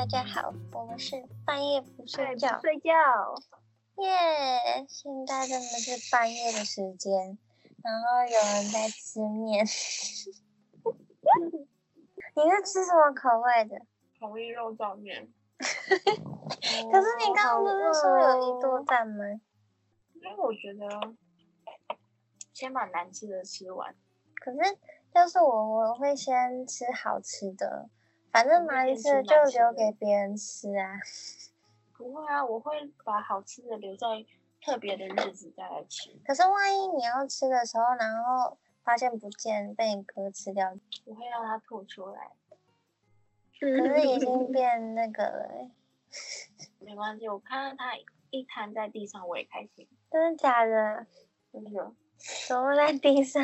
家好，我们是半夜不睡觉， 睡觉， 耶！现在真的是半夜的时间，然后有人在吃面。你是吃什么口味的？ 红衣肉燥面。 可是你刚刚不是说有1多赞吗？ 因为我觉得先把难吃的吃完。 可是要是我会先吃好吃的，反正难吃的就留给别人吃啊。 不会啊，我会把好吃的留在特别的日子再来吃。 可是万一你要吃的时候，然后发现不见，被你哥吃掉， 我会让他吐出来。 可是已经变那个了欸。 没关系，我看到他一摊在地上，我也开心。 真的假的？ 真的。 怎么在地上？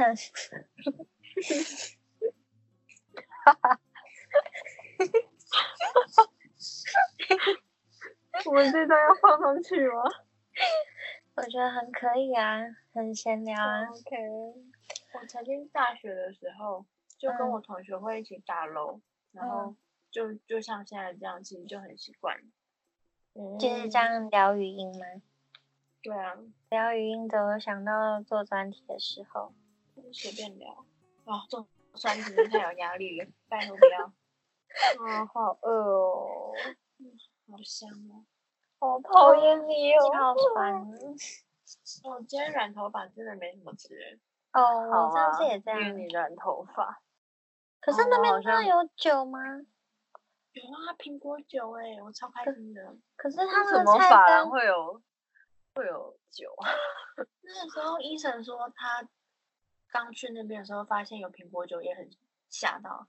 我们这段要放上去吗？ 我觉得很可以啊，很闲聊啊。 OK。我曾经大学的时候，就跟我同学会一起打楼，然后就像现在这样，其实就很习惯。 就是这样聊语音吗？ 对啊。 聊语音的，我想到做专题的时候， 随便聊。做专题真的太有压力了，拜托不要。好饿哦。好香哦。 好讨厌你哦，好烦。 我今天染头发真的没什么吃欸。 我上次也这样。 因为你染头发。 可是那边真的有酒吗？ 有啊，苹果酒欸，我超开心的。 可是他们什么发廊会有酒？那个时候医生说他刚去那边的时候发现有苹果酒，也很吓到。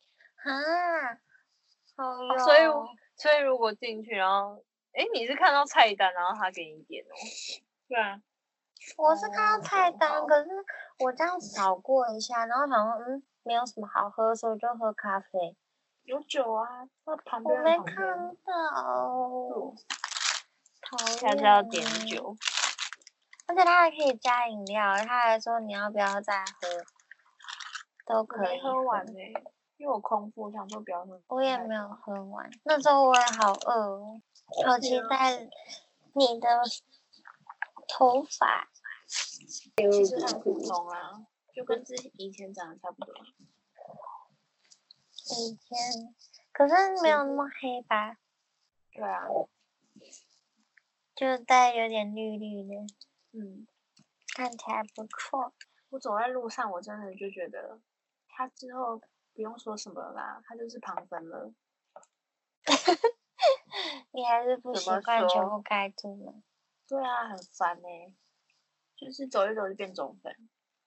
好哟。 所以如果进去，然后你是看到菜单，然后他给你点哦？对啊。 我是看到菜单，可是我这样扫过一下，然后想说没有什么好喝，所以就喝咖啡。 有酒啊，那旁边我没看到。讨厌。 下次要点酒。 而且他还可以加饮料，他还说你要不要再喝，都可以。 我没喝完欸，因为我空腹，想说不要喝。 我也没有喝完，那时候我也好饿哦，好期待你的头发。 其实很普通啊，就跟以前长得差不多。 以前，可是没有那么黑吧？ 对啊。 就带有点绿绿的。看起来不错。 我走在路上，我真的就觉得他之后不用说什么了啦，他就是旁分了。 你还是不习惯全部盖住吗？ 对啊，很烦欸，就是走一走就变中分。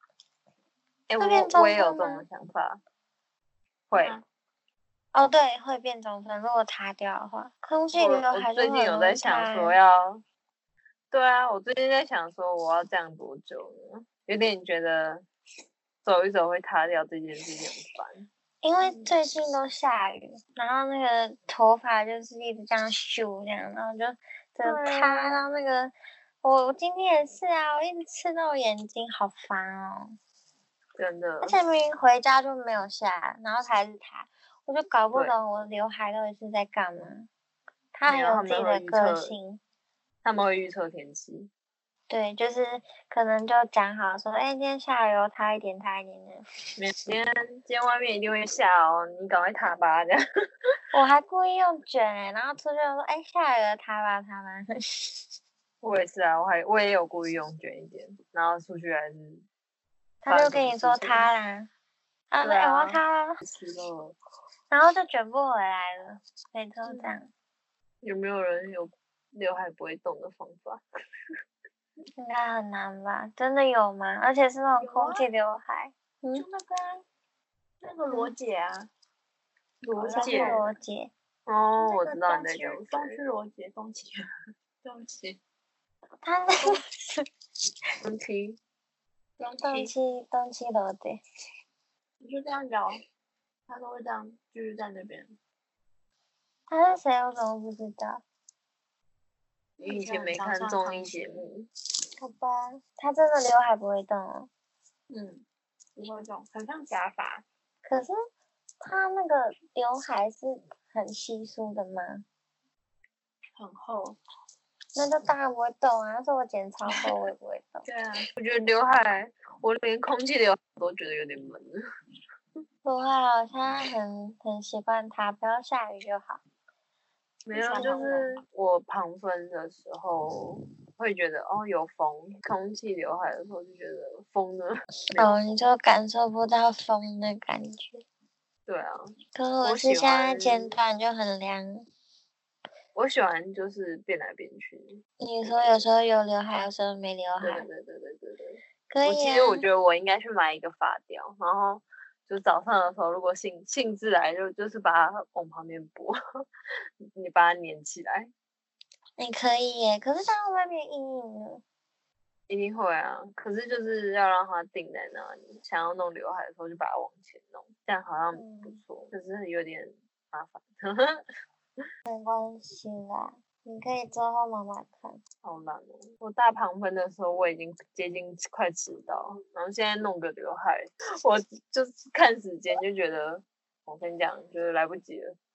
我也有这种想法。会。 对，会变中分，如果擦掉的话。空气刘海就很容易塌。 我最近有在想说要。对啊，我最近在想说我要这样多久呢？有点觉得走一走会塌掉这件事情很烦。 因为最近都下雨，然后那个头发就是一直这样咻这样，然后就整个塌到那个。我今天也是啊，我一直刺到我眼睛，好烦哦。 真的。 而且明明回家就没有下，然后才是塌，我就搞不懂我刘海到底是在干嘛。它很有自己的个性。 他们会预测天气。 对，就是可能就讲好说，今天下雨哦，塌一点的。 今天外面一定会下哦，你赶快塌吧这样。 我还故意用卷然后出去说，下雨了，塌吧。 我也是啊，我也有故意用卷一点，然后出去还是。 他就跟你说塌啦，我要塌了，然后就卷不回来了，每次都这样。 有没有人有刘海不会动的方法？ 应该很难吧？真的有吗？而且是那种空气刘海。 就那个罗姐啊。 罗姐。 我知道你在讲谁。东区罗姐，东区。 他是东区罗姐。 你就这样聊，他都会这样继续在那边。 他是谁？我怎么不知道？ 你以前没看综艺节目。 好吧，他真的刘海不会动哦。 不会动，很像假发。 可是他那个刘海是很稀疏的吗？ 很厚。 那就当然不会动啊，要是我剪超厚，我也不会动。 对啊，我觉得刘海，我连空气刘海都觉得有点闷。 不会啊，我现在很习惯它，不要下雨就好。 没有，就是我旁分的时候会觉得哦有风，空气刘海的时候就觉得风呢。 哦，你就感受不到风的感觉。 对啊。 可是我是现在剪短就很凉。 我喜欢就是变来变去。 你说有时候有刘海，有时候没刘海。 对。 可以啊。 其实我觉得我应该去买一个发条，然后就早上的时候，如果兴致来就是把它往旁边拨，你把它粘起来。 你可以耶，可是这样会不会变硬硬呢？ 一定会啊，可是就是要让它定在那里。想要弄刘海的时候就把它往前弄，这样好像不错，可是有点麻烦。 没关系啦，你可以之后慢慢看。 好懒哦！我大旁分的时候我已经接近快迟到，然后现在弄个刘海，我就是看时间就觉得，我跟你讲，就是来不及了。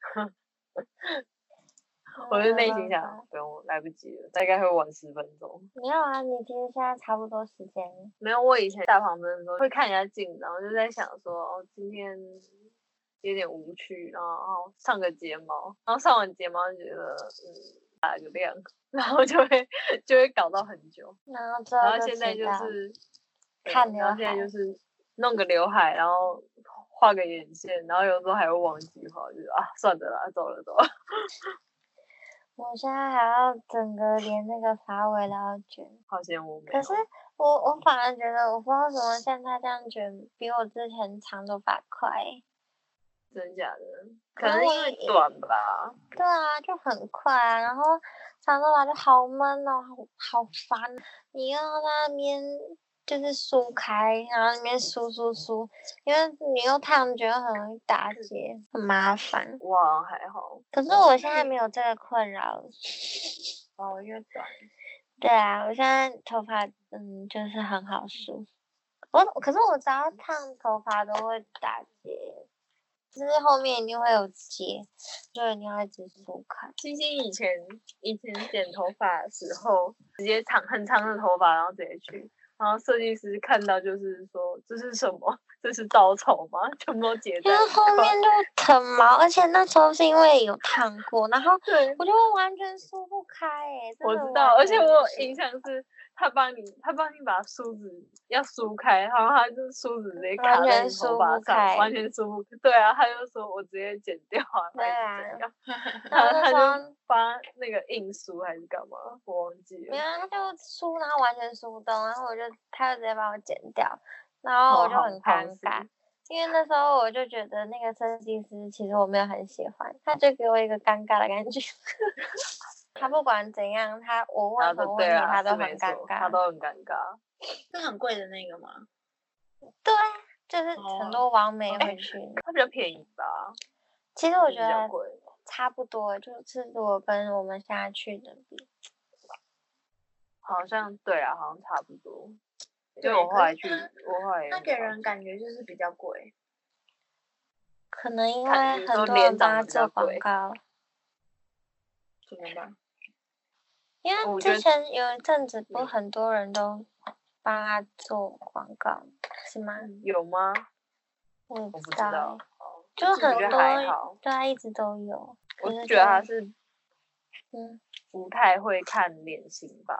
我就内心想，不用，来不及了，大概会晚10分钟。 没有啊，你其实现在差不多时间。 没有，我以前大旁分的时候会看一下镜子，然后就在想说，哦，今天有点无趣，然后上个睫毛，然后上完睫毛就觉得，打个亮，然后就会搞到很久。 然后现在就是看刘海， 然后现在就是弄个刘海，然后画个眼线，然后有时候还会忘记画，就是算了啦，走了。 我现在还要整个连那个发尾都要卷， 好羡慕。 可是我反而觉得，我不知道为什么现在这样卷比我之前长头发快。 真假的？可能因为短吧。 对啊，就很快啊，然后长头发就好闷哦，好烦。你要在那边就是梳开，然后那边梳，因为你又烫卷很容易打结，很麻烦。 哇，还好。 可是我现在没有这个困扰。 哦，因为短。 对啊，我现在头发就是很好梳。可是我只要烫头发都会打结，就是后面一定会有结，所以你要一直梳开。 星星以前剪头发的时候，直接很长的头发，然后直接去，然后设计师看到就是说这是什么？这是稻草吗？全部都结在。 因为后面就很毛，而且那时候是因为有烫过，然后我就完全梳不开我知道，而且我有印象是他帮你把梳子要梳开，然后他就是梳子直接卡在你头发上，完全梳不开。对啊，他就说我直接剪掉啊， 对啊， 他就帮那个硬梳还是干嘛，我忘记了。 没有，他就梳，然后完全梳不动，然后他就直接把我剪掉，然后我就很尴尬，因为那时候我就觉得那个设计师其实我没有很喜欢，他就给我一个尴尬的感觉。他不管怎样，我问什么问题他都很尴尬， 他都很尴尬。 是很贵的那个吗？ 对，就是很多网美会去。 它比较便宜吧？ 其实我觉得差不多，就是如果跟我们现在去的比， 好像对啊，好像差不多。就我后来去， 他给人感觉就是比较贵。 可能因为很多人帮他做广告。 可能吧。 因为之前有一阵子，不是很多人都帮他做广告，是吗？ 有吗？ 我也不知道。 就很多，对啊，一直都有。 我觉得他是，不太会看脸型吧。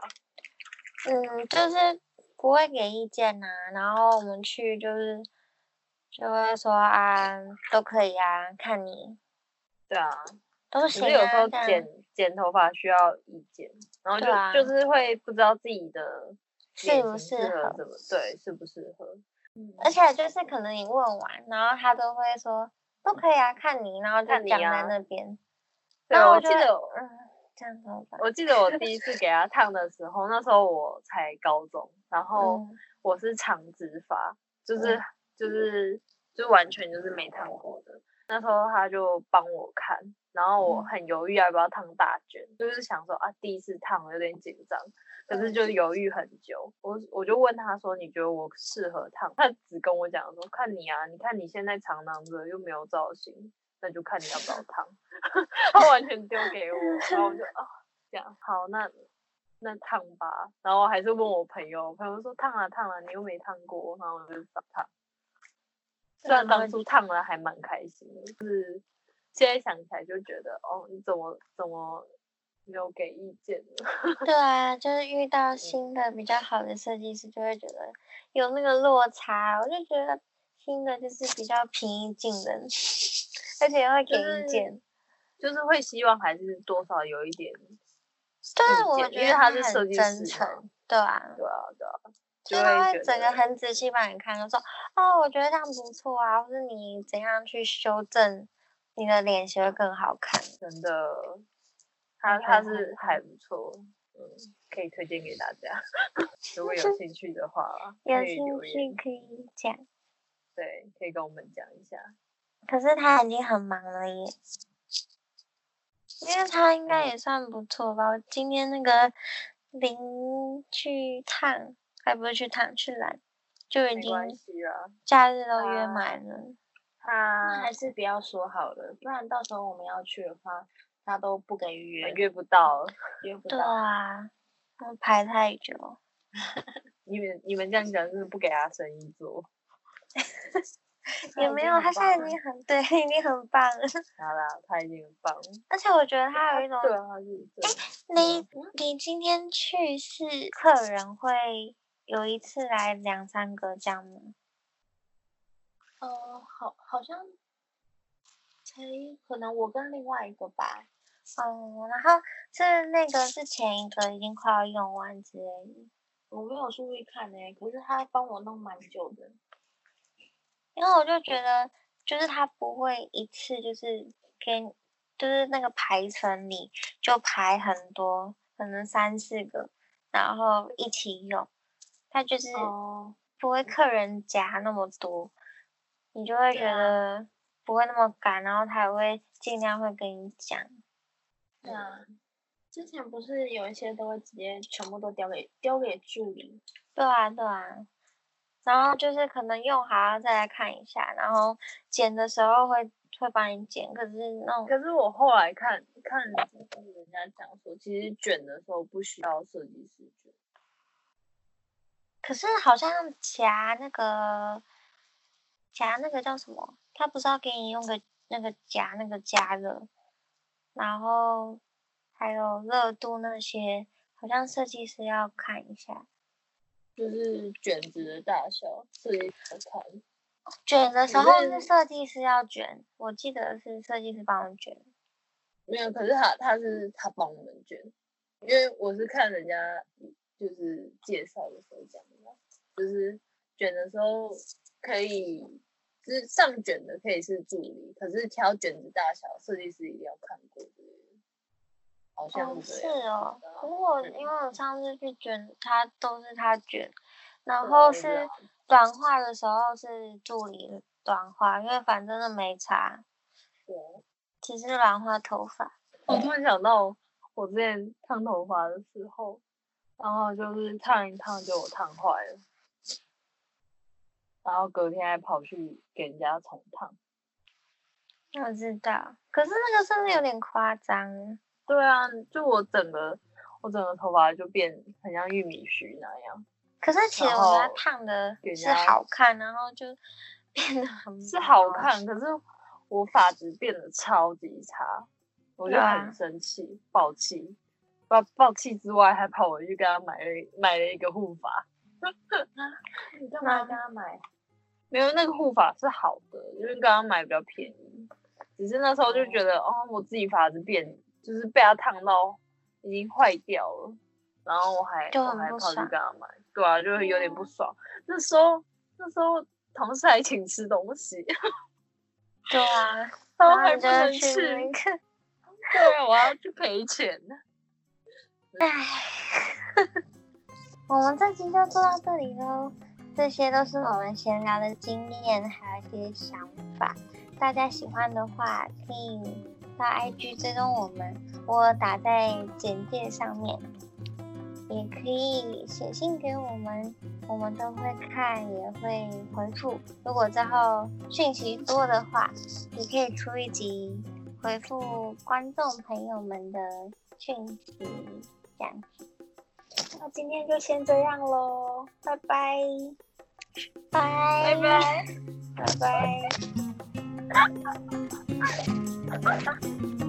就是不会给意见然后我们去就会说都可以啊，看你。 对啊。 都行啊。 可是有时候剪头发需要意见，然后就是会不知道自己的适不适合， 对，适不适合。 而且就是可能你问完，然后他都会说都可以啊，看你，然后就讲在那边。 对，我记得这样怎么办？ 我记得我第一次给他烫的时候，那时候我才高中，然后我是长直发，就是完全就是没烫过的。那时候他就帮我看，然后我很犹豫要不要烫大卷，就是想说第一次烫有点紧张，可是就犹豫很久。我就问他说，你觉得我适合烫？他只跟我讲说，看你啊，你看你现在长长的又没有造型， 那就看你要不要烫。他完全丢给我，然后我就这样好，那烫吧。然后还是问我朋友说烫了，你又没烫过，然后我就找烫。虽然当初烫了还蛮开心的，就是现在想起来就觉得你怎么没有给意见呢？ 对啊，就是遇到新的比较好的设计师，就会觉得有那个落差。我就觉得新的就是比较平易近人，而且会给意见， 就是会希望还是多少有一点。 对，我觉得因为他是设计师真诚，对啊， 就他会整个很仔细帮你看，就说我觉得这样不错啊，或是你怎样去修正你的脸型会更好看。 真的，他是还不错，可以推荐给大家，如果有兴趣的话， 有兴趣可以讲， 对，可以跟我们讲一下。 可是他已经很忙了耶。因为他应该也算不错吧。我今天那个零去烫，还不是去烫去染，就已经假日都约满了。 他还是不要说好了，不然到时候我们要去的话，他都不给约， 约不到。 对啊，他排太久。 你们这样讲是不给他生意做。 也没有，他现在已经很对，已经很棒了。 好啦，他已经很棒了。 而且我觉得他有一种， 对啊，他是。 你今天去是客人会有一次来2-3个这样吗？ 好像才可能我跟另外一个吧。 然后是前一个已经快要用完之类的。 我没有注意看可是他帮我弄蛮久的。 因为我就觉得，就是他不会一次就是就是那个排程里就排很多，可能3-4个，然后一起用，他就是不会客人夹那么多，你就会觉得不会那么赶，然后他也会尽量会跟你讲。 对啊，之前不是有一些都会直接全部都丢给助理。 对啊。然后就是可能用好再来看一下，然后剪的时候会帮你剪，可是我后来看人家讲说，其实卷的时候不需要设计师卷。 可是好像夹那个叫什么？他不是要给你用那个夹那个加热，然后还有热度那些，好像设计师要看一下。 就是卷子的大小，设计师看。 卷的时候是设计师要卷，我记得是设计师帮我卷。 没有，可是他帮我们卷，因为我是看人家就是介绍的时候讲的，就是卷的时候可以，就是上卷的可以是助理，可是挑卷子大小，设计师一定要看过的。好像是哦，可是因为我上次去卷，都是他卷，然后是短化的时候是助理短化，因为反正都没差。 对， 只是软化头发。 我突然想到，我之前烫头发的时候，然后就是烫一烫就我烫坏了，然后隔天还跑去给人家重烫。 我知道，可是那个是不是有点夸张？ 对啊，就我整个头发就变很像玉米须那样。 可是其实我觉得烫的是好看，然后就变得很是好看，可是我发质变得超级差，我就很生气，爆气。爆气之外，还跑回去跟他买了一个护发。 你干嘛跟他买？ 没有，那个护发是好的，因为刚刚买比较便宜。只是那时候就觉得，我自己发质就是被他烫到已经坏掉了，然后我还跑去跟他买，对啊，就有点不爽。那时候同事还请吃东西， 对啊， 然后还不能吃，对啊，我要去赔钱。 唉，我们这集就做到这里咯，这些都是我们闲聊的经验，还有一些想法。大家喜欢的话，可以到 IG 追踪我们，我打在简介上面。 也可以写信给我们，我们都会看，也会回复。如果之后讯息多的话，也可以出一集回复观众朋友们的讯息，这样子。 那今天就先这样咯，拜拜， 拜拜拜。